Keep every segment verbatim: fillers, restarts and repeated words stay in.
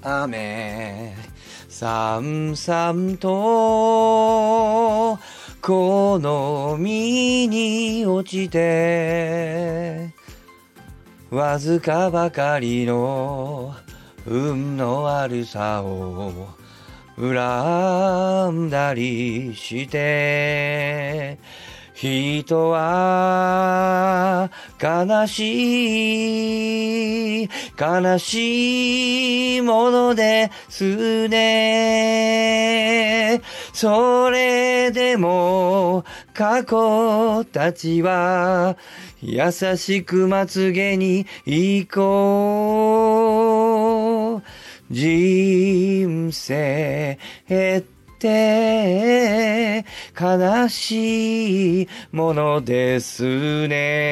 雨さんさんとこの身に落ちてわずかばかりの運の悪さを恨んだりして人は悲しい悲しいものですね。それでも過去たちは優しくまつげに行こう。人生って悲しいものです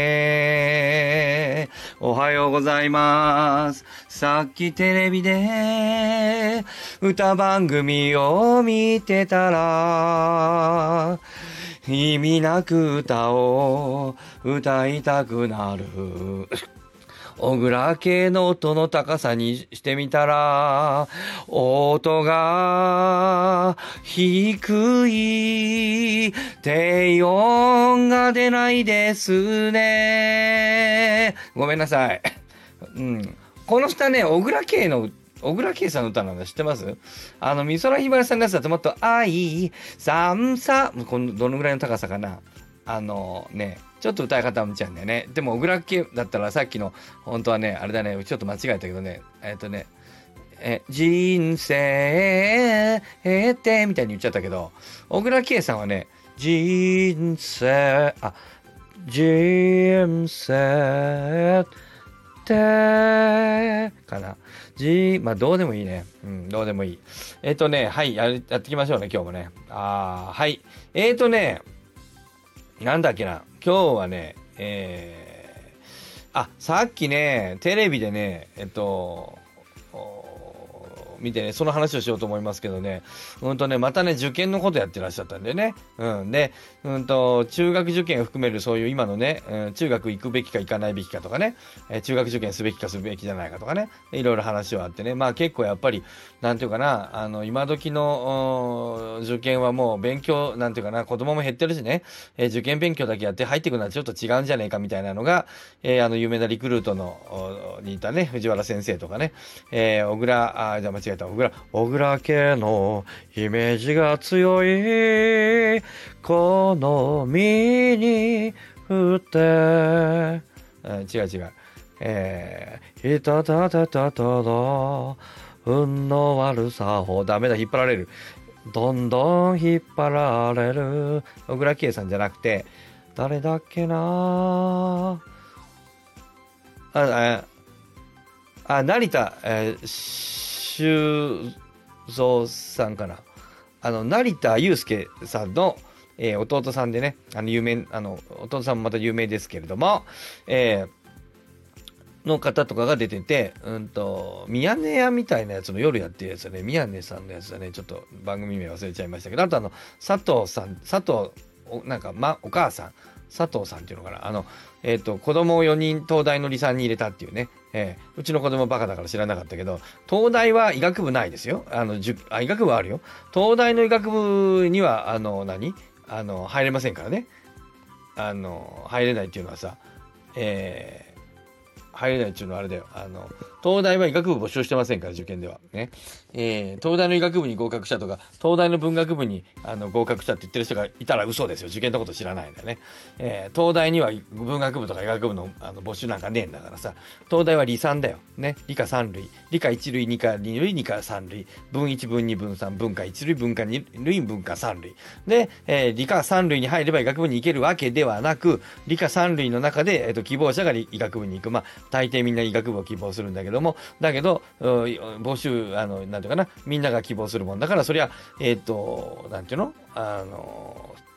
ね。おはようございます。さっきテレビで歌番組を見てたら意味なく歌を歌いたくなる小倉系の音の高さにしてみたら音が低い低音が出ないですね。ごめんなさい。うん、この歌ね、小倉系の小倉圭さんの歌なんだ知ってます？あの美空ひばりさんのやつだともっと愛さんさこのどのぐらいの高さかな。あのねちょっと歌い方は無茶んだよね。でも小倉圭だったらさっきの本当はねあれだねちょっと間違えたけどねえっとねえ人生ってみたいに言っちゃったけど小倉圭さんはね人生あ人生ってかなじまあどうでもいいね。うんどうでもいい。えっとねはいややっていきましょうね今日もね。あーはいえっとねなんだっけな今日はねえー、あさっきねテレビでねえっと見てねその話をしようと思いますけどねうんとねまたね受験のことやってらっしゃったんでねうんでうんと中学受験を含めるそういう今のね、うん、中学行くべきか行かないべきかとかね、えー、中学受験すべきかすべきじゃないかとかねいろいろ話はあってねまあ結構やっぱりなんていうかなあの今時の受験はもう勉強なんていうかな子供も減ってるしね、えー、受験勉強だけやって入っていくのはちょっと違うんじゃねえかみたいなのが、えー、あの有名なリクルートのにいたね藤原先生とかね、えー、小倉あじゃあ間違えた小倉小倉家のイメージが強いこの身に降って違う違うえー、いたたたたただ運の悪さをダメだ引っ張られるどんどん引っ張られる小倉圭さんじゃなくて誰だっけなあああ成田、えー、修造さんかなあの成田悠輔さんの、えー、弟さんでねあの有名あの弟さんもまた有名ですけれども、えーの方とかが出てて、うんと、宮根屋みたいなやつの夜やってるやつだね。宮根さんのやつだね。ちょっと番組名忘れちゃいましたけど、あとあの、佐藤さん、佐藤、なんか、ま、お母さん、佐藤さんっていうのかな。あの、えっ、ー、と、子供をよにん東大の理さんに入れたっていうね。えー、うちの子供バカだから知らなかったけど、東大は医学部ないですよ。あの、じゅあ医学部はあるよ。東大の医学部には、あの、何あの、入れませんからね。あの、入れないっていうのはさ、えー、入れないっていうのはあれだよ。あの、東大は医学部募集してませんから、受験では。ね。えー、東大の医学部に合格したとか、東大の文学部にあの合格したって言ってる人がいたら嘘ですよ。受験のこと知らないんだよね。えー、東大には文学部とか医学部のあの募集なんかねえんだからさ。東大は理さんだよ。ね。理科さん類。理科いち類、理科に類、理科さん類。文いち、文に、文さん、文化いち類、文化に類、文化さん類。で、えー、理科さん類に入れば医学部に行けるわけではなく、理科さん類の中で、えーと、希望者が医学部に行く。まあ、大抵みんな医学部を希望するんだけども、だけど、募集、あの、なんていうかな、みんなが希望するもんだから、そりゃ、えっと、なんていうのあの、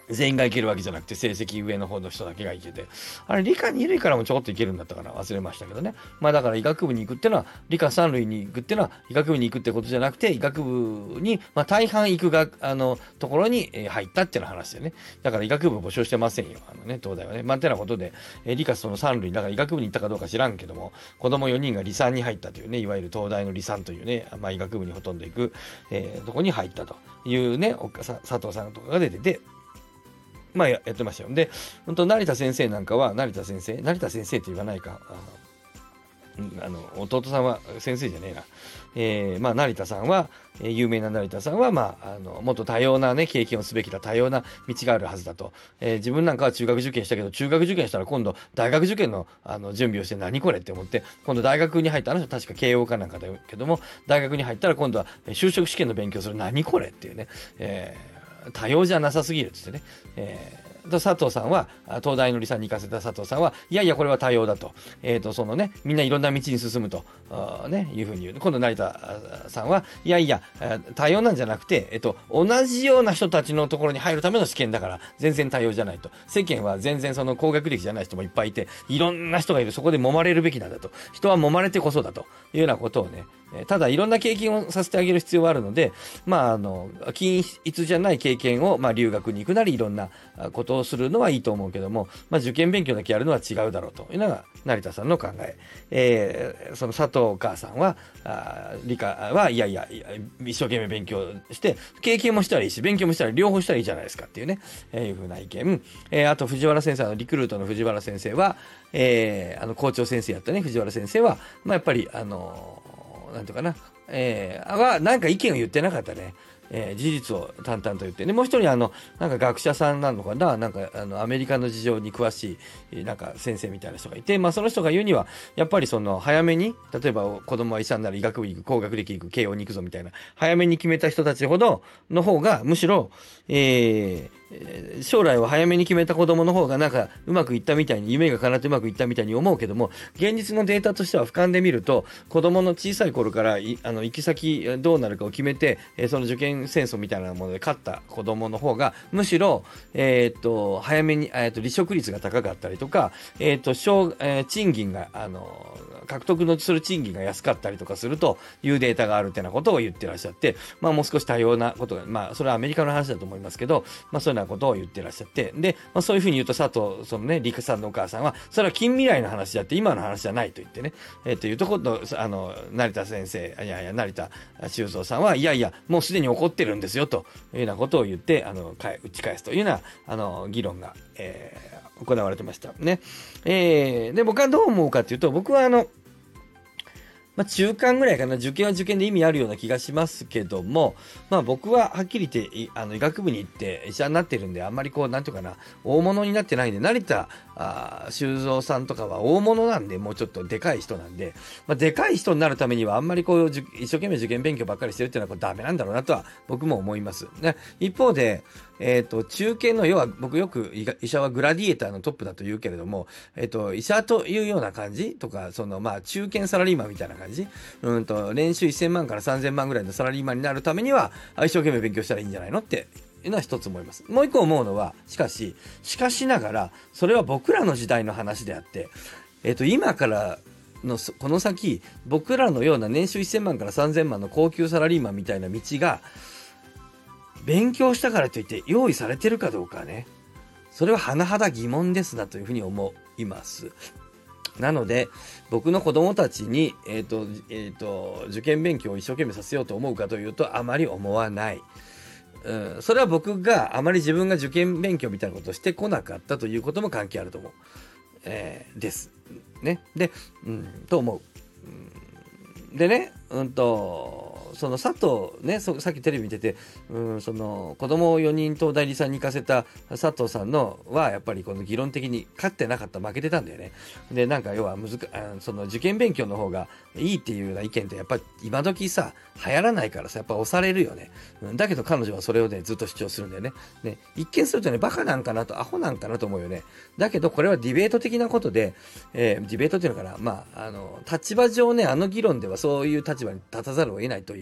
全員がいけるわけじゃなくて成績上の方の人だけがいけて、あれ理科に類からもちょこっといけるんだったかな、忘れましたけどね。まあだから医学部に行くっていうのは、理科さん類に行くっていうのは医学部に行くってことじゃなくて、医学部にまあ大半行くがあのところに入ったっていうの話でね。だから医学部募集してませんよ、あのね、東大はね。まあてなことで、え理科そのさん類だから医学部に行ったかどうか知らんけども、子供よにんが理さんに入ったというね、いわゆる東大の理さんというね、まあ医学部にほとんど行く、えー、とこに入ったというね、おさ佐藤さんとかが出てて。まあやってましたよ。で、本当成田先生なんかは、成田先生、成田先生って言わないか、あの、あの弟さんは先生じゃねえな。えー、まあ成田さんは、えー、有名な成田さんは、まあ、あの、もっと多様なね、経験をすべきだ、多様な道があるはずだと。えー、自分なんかは中学受験したけど、中学受験したら今度大学受験の、あの準備をして何これって思って、今度大学に入った、あの人確か慶応かなんかだけども、大学に入ったら今度は就職試験の勉強する、何これっていうね。えー多様じゃなさすぎるっつってね、えー、と佐藤さんは東大の理さんに行かせた佐藤さんはいやいやこれは多様だと、えー、とそのねみんないろんな道に進むとあ、ね、いうふうに言う。今度成田さんはいやいや多様なんじゃなくて、えー、と同じような人たちのところに入るための試験だから全然多様じゃないと。世間は全然その高学歴じゃない人もいっぱいいていろんな人がいる、そこで揉まれるべきなんだと。人は揉まれてこそだというようなことをね、ただいろんな経験をさせてあげる必要はあるので、まああの均一じゃない経験を、まあ、留学に行くなりいろんなことをするのはいいと思うけども、まあ、受験勉強だけやるのは違うだろうというのが成田さんの考え。えー、その佐藤お母さんはあ理科はいやいや一生懸命勉強して経験もしたらいいし勉強もしたら両方したらいいじゃないですかっていうね、えー、いうふうな意見。えー、あと藤原先生のリクルートの藤原先生は、えー、あの校長先生やったね藤原先生は、まあ、やっぱりあのなんていうかな、えー、はなんか意見を言ってなかったね。えー、事実を淡々と言って、でもう一人あのなんか学者さんなのかな、なんかあのアメリカの事情に詳しいなんか先生みたいな人がいて、まあその人が言うにはやっぱりその早めに、例えば子供は医者になる、医学部行く、工学歴行く、慶応に行くぞみたいな早めに決めた人たちほどの方がむしろ、えー将来を早めに決めた子供の方がなんかうまくいったみたいに、夢が叶ってうまくいったみたいに思うけども、現実のデータとしては俯瞰で見ると子供の小さい頃からいあの行き先どうなるかを決めて、えー、その受験戦争みたいなもので勝った子供の方がむしろ、えー、っと早めに、えー、っと離職率が高かったりとか、えー、っと小、えー、賃金があの獲得のする賃金が安かったりとかするというデータがあるってなことを言ってらっしゃって、まあもう少し多様なことが、まあそれはアメリカの話だと思いますけど、まあそういうようなことを言ってらっしゃって、で、まあそういうふうに言うと佐藤、そのね、リクさんのお母さんは、それは近未来の話であって今の話じゃないと言ってね、えー、というところと、あの、成田先生、いやいや、成田修造さんは、いやいや、もうすでに起こってるんですよ、というようなことを言って、あの、打ち返すというような、あの、議論が、えー、行われてました。ね。えー、で、僕はどう思うかというと、僕はあの、まあ、中間ぐらいかな。受験は受験で意味あるような気がしますけども、まあ僕ははっきり言ってあの医学部に行って医者になってるんで、あんまりこうなんていうかな、大物になってないんで、成田あ修造さんとかは大物なんで、もうちょっとでかい人なんで、まあ、でかい人になるためにはあんまりこう一生懸命受験勉強ばっかりしてるっていうのはこれダメなんだろうなとは僕も思います。ね、一方で、えっと、中堅の、要は僕よく医者はグラディエーターのトップだと言うけれども、えっと、医者というような感じとか、そのまあ中堅サラリーマンみたいな感じ、うんと、年収せんまんからさんぜんまんぐらいのサラリーマンになるためには、一生懸命勉強したらいいんじゃないのっていうのは一つ思います。もう一個思うのは、しかし、しかしながら、それは僕らの時代の話であって、えっと、今からの、この先、僕らのような年収せんまんからさんぜんまんの高級サラリーマンみたいな道が、勉強したからといって用意されてるかどうかね、それは甚だ疑問ですなというふうに思います。なので僕の子供たちに、えーとえーと、受験勉強を一生懸命させようと思うかというとあまり思わない。うん、それは僕があまり自分が受験勉強みたいなことをしてこなかったということも関係あると思う、えー、です。ね。で、うん、と思う。うん、でね、うんとその佐藤ね、さっきテレビ見てて、うん、その子供をよにん東大理さんに行かせた佐藤さんのはやっぱりこの議論的に勝ってなかった、負けてたんだよね。でなんか要は難その受験勉強の方がいいっていうような意見ってやっぱり今時さ流行らないからさ、やっぱ押されるよね。うん、だけど彼女はそれをねずっと主張するんだよね。ね、一見するとねバカなんかなとアホなんかなと思うよね。だけどこれはディベート的なことで、えー、ディベートっていうのかな、まああの立場上ね、あの議論ではそういう立場に立たざるを得ないという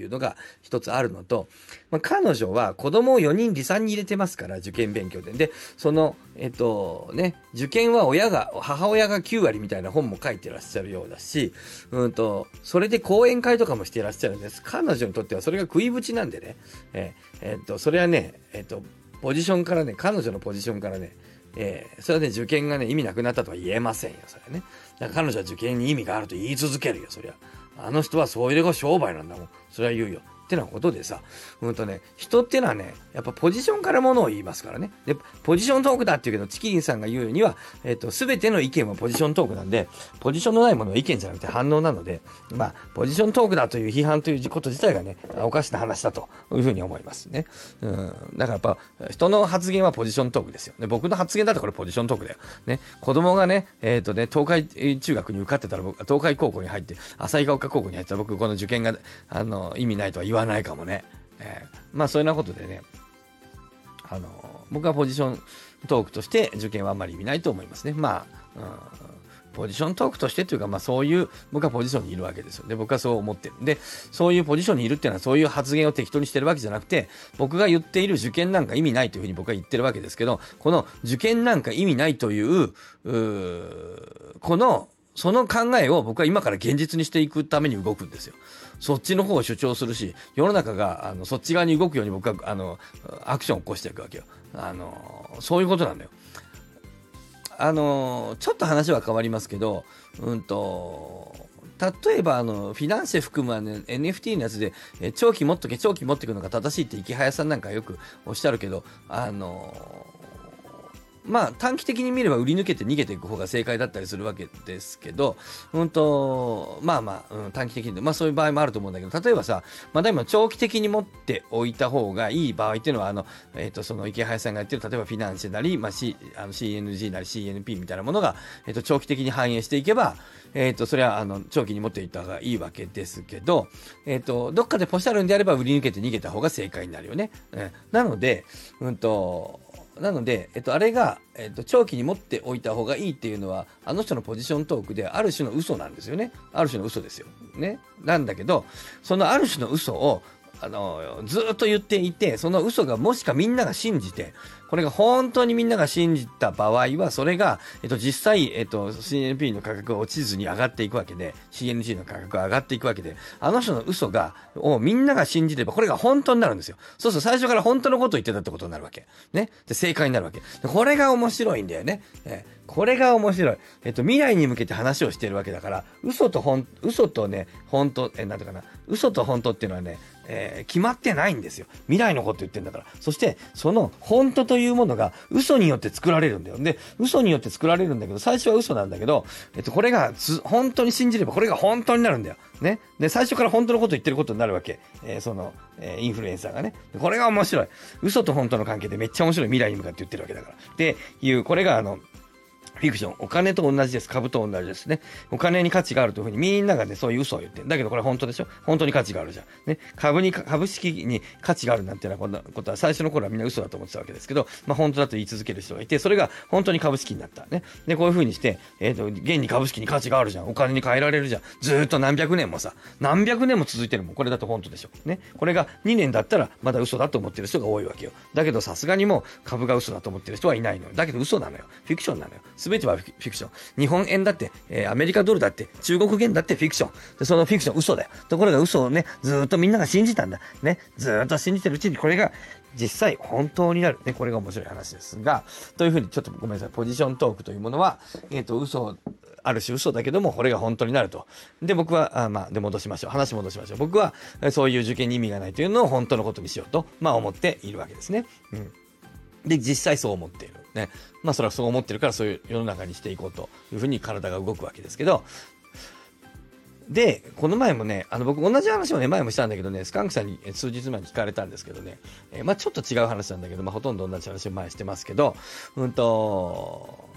いうのが一つあるのと、まあ、彼女は子供をよにん離散に入れてますから、受験勉強で。で、その、えっとね、受験は親が、母親がきゅうわりみたいな本も書いてらっしゃるようだし、うんと、それで講演会とかもしてらっしゃるんです。彼女にとってはそれが食いぶちなんでね、えー、えっと、それはね、えっと、ポジションからね、彼女のポジションからね、えー、それはね、受験がね、意味なくなったとは言えませんよ、それね。だから彼女は受験に意味があると言い続けるよ、そりゃ。あの人はそれが商売なんだもん。それは言うよ。ってなことでさ、うんとね、人ってのはね、やっぱポジションからものを言いますからね。で、ポジショントークだって言うけど、チキリンさんが言うには、えっと、すべての意見はポジショントークなんで、ポジションのないものは意見じゃなくて反応なので、まあ、ポジショントークだという批判ということ自体がね、おかしな話だというふうに思いますね。うん。だからやっぱ、人の発言はポジショントークですよ。で、僕の発言だとこれポジショントークだよ。ね。子供がね、えっとね、東海中学に受かってたら、僕、東海高校に入って、旭川高校に入ったら僕、この受験が、あの、意味ないとは言わないかもね。えー、まあそういうようなことでね、あのー、僕はポジショントークとして受験はあんまり意味ないと思いますね。まあ、うん、ポジショントークとしてというか、まあそういう僕はポジションにいるわけですよ。で、僕はそう思ってる。で、そういうポジションにいるっていうのはそういう発言を適当にしてるわけじゃなくて、僕が言っている受験なんか意味ないというふうに僕は言ってるわけですけど、この受験なんか意味ないという、うこのその考えを僕は今から現実にしていくために動くんですよ。そっちの方を主張するし、世の中があのそっち側に動くように僕はあのアクションを起こしていくわけよ。あのそういうことなんだよ。あのちょっと話は変わりますけど、うんと例えばあのフィナンシェ含む、ね、エヌエフティー のやつで、え長期持っとけ長期持っていくのが正しいって池早さんなんかよくおっしゃるけど、あのまあ短期的に見れば売り抜けて逃げていく方が正解だったりするわけですけど、うんとまあまあ、うん、短期的にまあそういう場合もあると思うんだけど、例えばさ、まあでも長期的に持っておいた方がいい場合っていうのは、あのえっ、ー、とその池早さんが言ってる例えばフィナンシェなり、まあ C、あの シーエヌジー なり シーエヌピー みたいなものが、えー、と長期的に反映していけば、えっ、ー、とそれはあの長期に持っていった方がいいわけですけど、えっ、ー、とどっかでポシャるんであれば売り抜けて逃げた方が正解になるよね。うん、なので、うんとなので、えっと、あれが、えっと、長期に持っておいた方がいいっていうのは、あの人のポジショントークである種の嘘なんですよね。ある種の嘘ですよ。ね。なんだけど、そのある種の嘘を、あの、ずっと言っていて、その嘘がもしかみんなが信じて、これが本当にみんなが信じた場合は、それが、えっと、実際、えっと、シーエヌピー の価格が落ちずに上がっていくわけで、シーエヌジー の価格が上がっていくわけで、あの人の嘘が、をみんなが信じれば、これが本当になるんですよ。そうすると最初から本当のことを言ってたってことになるわけ。ね。で、正解になるわけ。でこれが面白いんだよね。えー、これが面白い。えっと、未来に向けて話をしているわけだから、嘘と本、嘘とね、本当、え、なんていうかな、嘘と本当っていうのはね、えー、決まってないんですよ。未来のこと言ってんだから。そして、その本当というものが嘘によって作られるんだよ。で、嘘によって作られるんだけど、最初は嘘なんだけど、えっと、これがつ本当に信じれば、これが本当になるんだよ。ね。で、最初から本当のこと言ってることになるわけ。えー、その、えー、インフルエンサーがね。これが面白い。嘘と本当の関係でめっちゃ面白い未来に向かって言ってるわけだから。っていう、これがあの、フィクション。お金と同じです。株と同じですね。お金に価値があるというふうにみんながね、そういう嘘を言ってる。だけどこれ本当でしょ？本当に価値があるじゃん。ね。株に、株式に価値があるなんていうようなことは最初の頃はみんな嘘だと思ってたわけですけど、まあ本当だと言い続ける人がいて、それが本当に株式になった。ね。で、こういうふうにして、えっと、現に株式に価値があるじゃん。お金に変えられるじゃん。ずーっと何百年もさ、何百年も続いてるもん。これだと本当でしょ。ね。これがにねんだったらまだ嘘だと思ってる人が多いわけよ。だけどさすがにもう株が嘘だと思ってる人はいないのよ。だけど嘘なのよ。フィクションなのよ。すべてはフィクション。日本円だって、えー、アメリカドルだって、中国元だってフィクション。で、そのフィクション嘘だよ。ところが嘘をね、ずーっとみんなが信じたんだ。ね。ずーっと信じてるうちにこれが実際本当になる。ね。これが面白い話ですが、というふうにちょっとごめんなさい。ポジショントークというものは、えっと、嘘、ある種嘘だけども、これが本当になると。で、僕は、あまあ、で戻しましょう。話戻しましょう。僕は、そういう受験に意味がないというのを本当のことにしようと、まあ思っているわけですね。うん。で、実際そう思っている。ね。まあ、それはそう思ってるから、そういう世の中にしていこうというふうに体が動くわけですけど、で、この前もね、あの、僕同じ話をね、前もしたんだけどね、スカンクさんに数日前に聞かれたんですけどね、えー、まあ、ちょっと違う話なんだけど、まあ、ほとんど同じ話を前してますけど、うんと、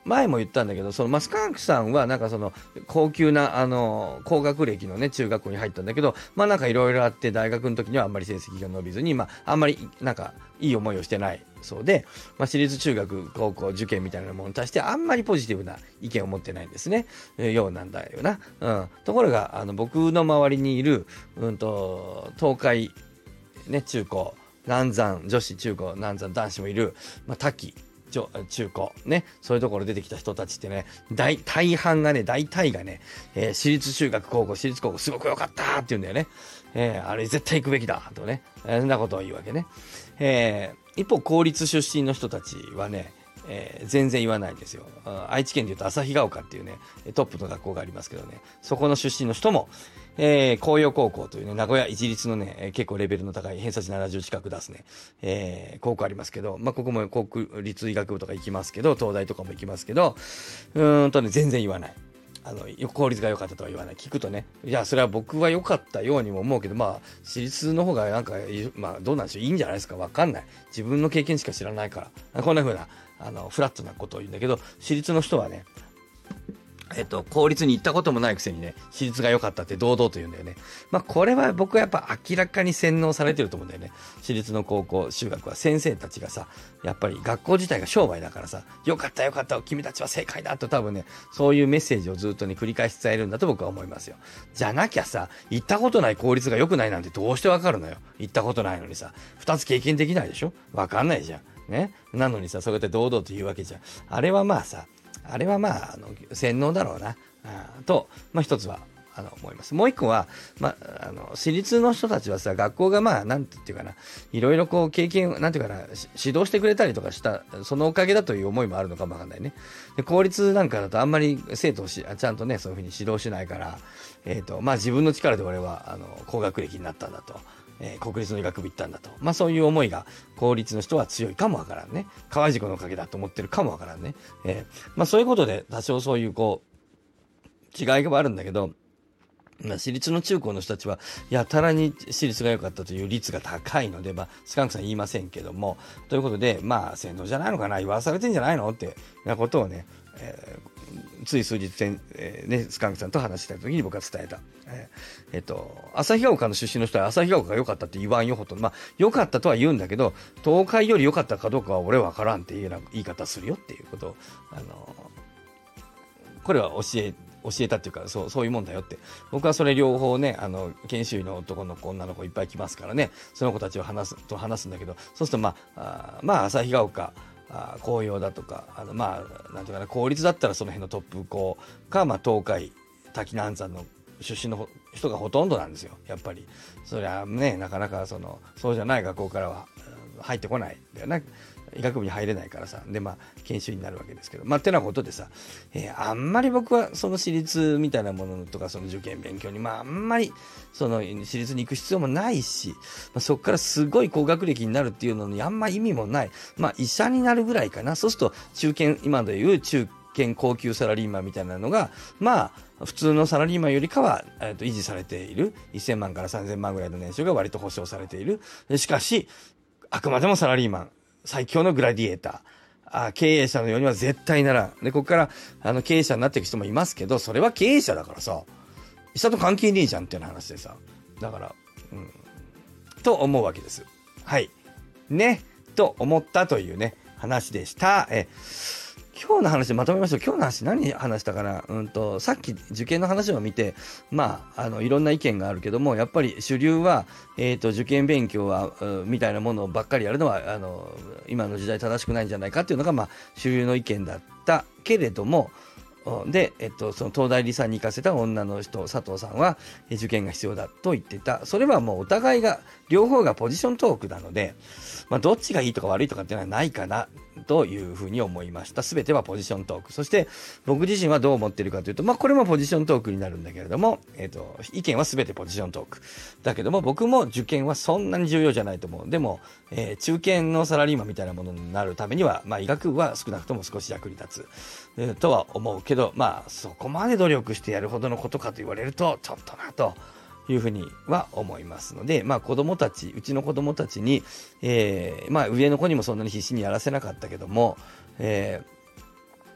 前も言ったんだけど、そのマスカンクさんはなんかその高級なあの高学歴のね中学校に入ったんだけど、まあなんかいろいろあって大学の時にはあんまり成績が伸びずに、まああんまりなんかいい思いをしてないそうで、まあ、私立中学高校受験みたいなものに対してあんまりポジティブな意見を持ってないんですね、えー、ようなんだよな、うん、ところがあの僕の周りにいる、うんと東海ね中高南山女子中高南山男子もいる、まあ、滝中高ね、そういうところ出てきた人たちってね、大大半がね、大体がね、えー、私立中学高校、私立高校すごく良かったって言うんだよね。えー、あれ絶対行くべきだとね、えー、そんなことを言うわけね。えー、一方、公立出身の人たちはね、えー、全然言わないんですよ。愛知県でいうと旭ヶ丘っていうね、トップの学校がありますけどね、そこの出身の人も、えー、紅葉高校というね、名古屋一律のね、結構レベルの高い偏差値ななじゅう近く出すね、えー、高校ありますけど、まあ、ここも国立医学部とか行きますけど、東大とかも行きますけど、うーんとね、全然言わない。あの、効率が良かったとは言わない。聞くとね、いや、それは僕は良かったようにも思うけど、まあ、私立の方がなんか、まあ、どうなんでしょう、いいんじゃないですか、わかんない。自分の経験しか知らないから。こんな風な、あの、フラットなことを言うんだけど、私立の人はね、えっと、公立に行ったこともないくせにね、私立が良かったって堂々と言うんだよね。まあ、これは僕はやっぱ明らかに洗脳されてると思うんだよね。私立の高校、中学は先生たちがさ、やっぱり学校自体が商売だからさ、良かった良かった、君たちは正解だと多分ね、そういうメッセージをずっとね、繰り返し伝えるんだと僕は思いますよ。じゃなきゃさ、行ったことない公立が良くないなんてどうしてわかるのよ。行ったことないのにさ、二つ経験できないでしょ？わかんないじゃん。ね。なのにさ、そうやって堂々と言うわけじゃん。あれはまあさ、あれはまあ、あの洗脳だろうなと、まあ、一つはあの思います。もう一個は、まあ、あの私立の人たちはさ、学校がまあなんていうかな、いろいろこう経験なんていうかな、指導してくれたりとかしたそのおかげだという思いもあるのかもわかんないね。で公立なんかだとあんまり生徒をしちゃんとねそういうふうに指導しないから、えっとまあ自分の力で俺はあの高学歴になったんだと。えー、国立の医学部行ったんだと。まあそういう思いが公立の人は強いかもわからんね。河合塾のおかげだと思ってるかもわからんね。えー、まあそういうことで多少そういうこう、違いがあるんだけど、まあ、私立の中高の人たちはやたらに私立が良かったという率が高いので、まあ、スカンクさん言いませんけども、ということで、まあ、洗脳じゃないのかな、言わされてんじゃないのってなことをね、えー、つい数日前、えー、ね、スカンクさんと話した時に僕は伝えた。えー、えっと、旭ヶ丘の出身の人は旭ヶ丘が良かったって言わんよほとんど、まあ、良かったとは言うんだけど、東海より良かったかどうかは俺は分からんっていうような言い方するよっていうことを、あのー、これは教え教えたっていうか、そう、そういうもんだよって。僕はそれ両方ね、あの、研修医の男の子、女の子いっぱい来ますからね、その子たちを話す、と話すんだけど、そうすると、まあ、あまあ、旭ヶ丘、あ紅葉だとか、あの、まあ、なんていうかな、公立だったらその辺のトップ校か、まあ、東海、滝南山の出身の人がほとんどなんですよ、やっぱり。そりゃね、なかなか、その、そうじゃない学校からは入ってこないんだよね。医学部に入れないからさ、でまあ研修医になるわけですけど、まあてなことでさ、えー、あんまり僕はその私立みたいなものとかその受験勉強にまああんまりその私立に行く必要もないし、まあ、そこからすごい高学歴になるっていうのにあんま意味もない。まあ医者になるぐらいかな。そうすると中堅、今でいう中堅高級サラリーマンみたいなのがまあ普通のサラリーマンよりかは、えー、と維持されているせんまんからさんぜんまんぐらいの年収が割と保証されている。しかしあくまでもサラリーマン、最強のグラディエーター。あ経営者のようには絶対ならん。で、ここから、あの、経営者になっていく人もいますけど、それは経営者だからさ、医者と関係ねえじゃんっていう話でさ。だから、うん。と思うわけです。はい。ね。と思ったというね、話でした。え、今日の話まとめましょう。今日の話何話したかな、うんと、さっき受験の話を見て、まあ、あの、いろんな意見があるけども、やっぱり主流は、えっと、受験勉強は、みたいなものばっかりやるのは、あの、今の時代正しくないんじゃないかっていうのが、まあ、主流の意見だったけれども、で、えっと、その東大理さんに行かせた女の人、佐藤さんは、受験が必要だと言ってた。それはもうお互いが、両方がポジショントークなので、まあ、どっちがいいとか悪いとかっていうのはないかな、というふうに思いました。すべてはポジショントーク。そして、僕自身はどう思っているかというと、まあ、これもポジショントークになるんだけれども、えっと、意見はすべてポジショントーク。だけども、僕も受験はそんなに重要じゃないと思う。でも、えー、中堅のサラリーマンみたいなものになるためには、まあ、医学部は少なくとも少し役に立つ、えー、とは思うけど、まあ、そこまで努力してやるほどのことかと言われると、ちょっとなと。いうふうには思いますので、まあ子供たち、うちの子供たちに、えー、まあ上の子にもそんなに必死にやらせなかったけども、え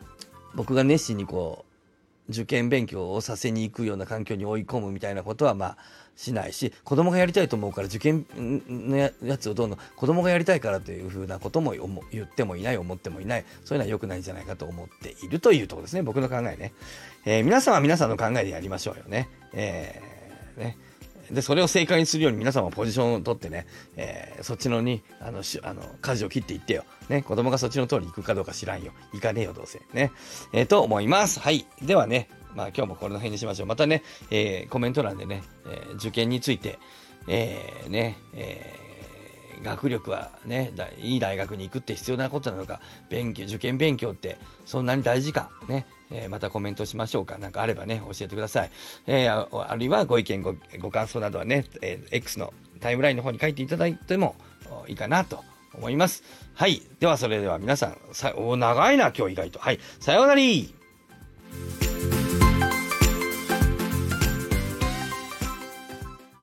僕が熱心にこう、受験勉強をさせに行くような環境に追い込むみたいなことはまあしないし、子供がやりたいと思うから受験のやつをどんどん子供がやりたいからというふうなことも言ってもいない、思ってもいない、そういうのは良くないんじゃないかと思っているというところですね。僕の考えね。えー、皆さんは皆さんの考えでやりましょうよね。えー、ね。で、それを正解にするように皆さんもポジションを取ってね、えー、そっちのに、あの、しあの、舵を切っていってよ。ね、子供がそっちの通り行くかどうか知らんよ。行かねえよ、どうせ。ね。えー、と思います。はい。ではね、まあ今日もこれの辺にしましょう。またね、えー、コメント欄でね、えー、受験について、えー、ね、えー、学力はね、いい大学に行くって必要なことなのか、勉強、受験勉強ってそんなに大事か、ね。えー、またコメントしましょうか。なんかあればね、教えてください。えー、あ, あるいはご意見ご、ご感想などはね、えー、X のタイムラインの方に書いていただいてもいいかなと思います。はい。ではそれでは皆さん、さお長いな、今日意外と。はい。さようなら。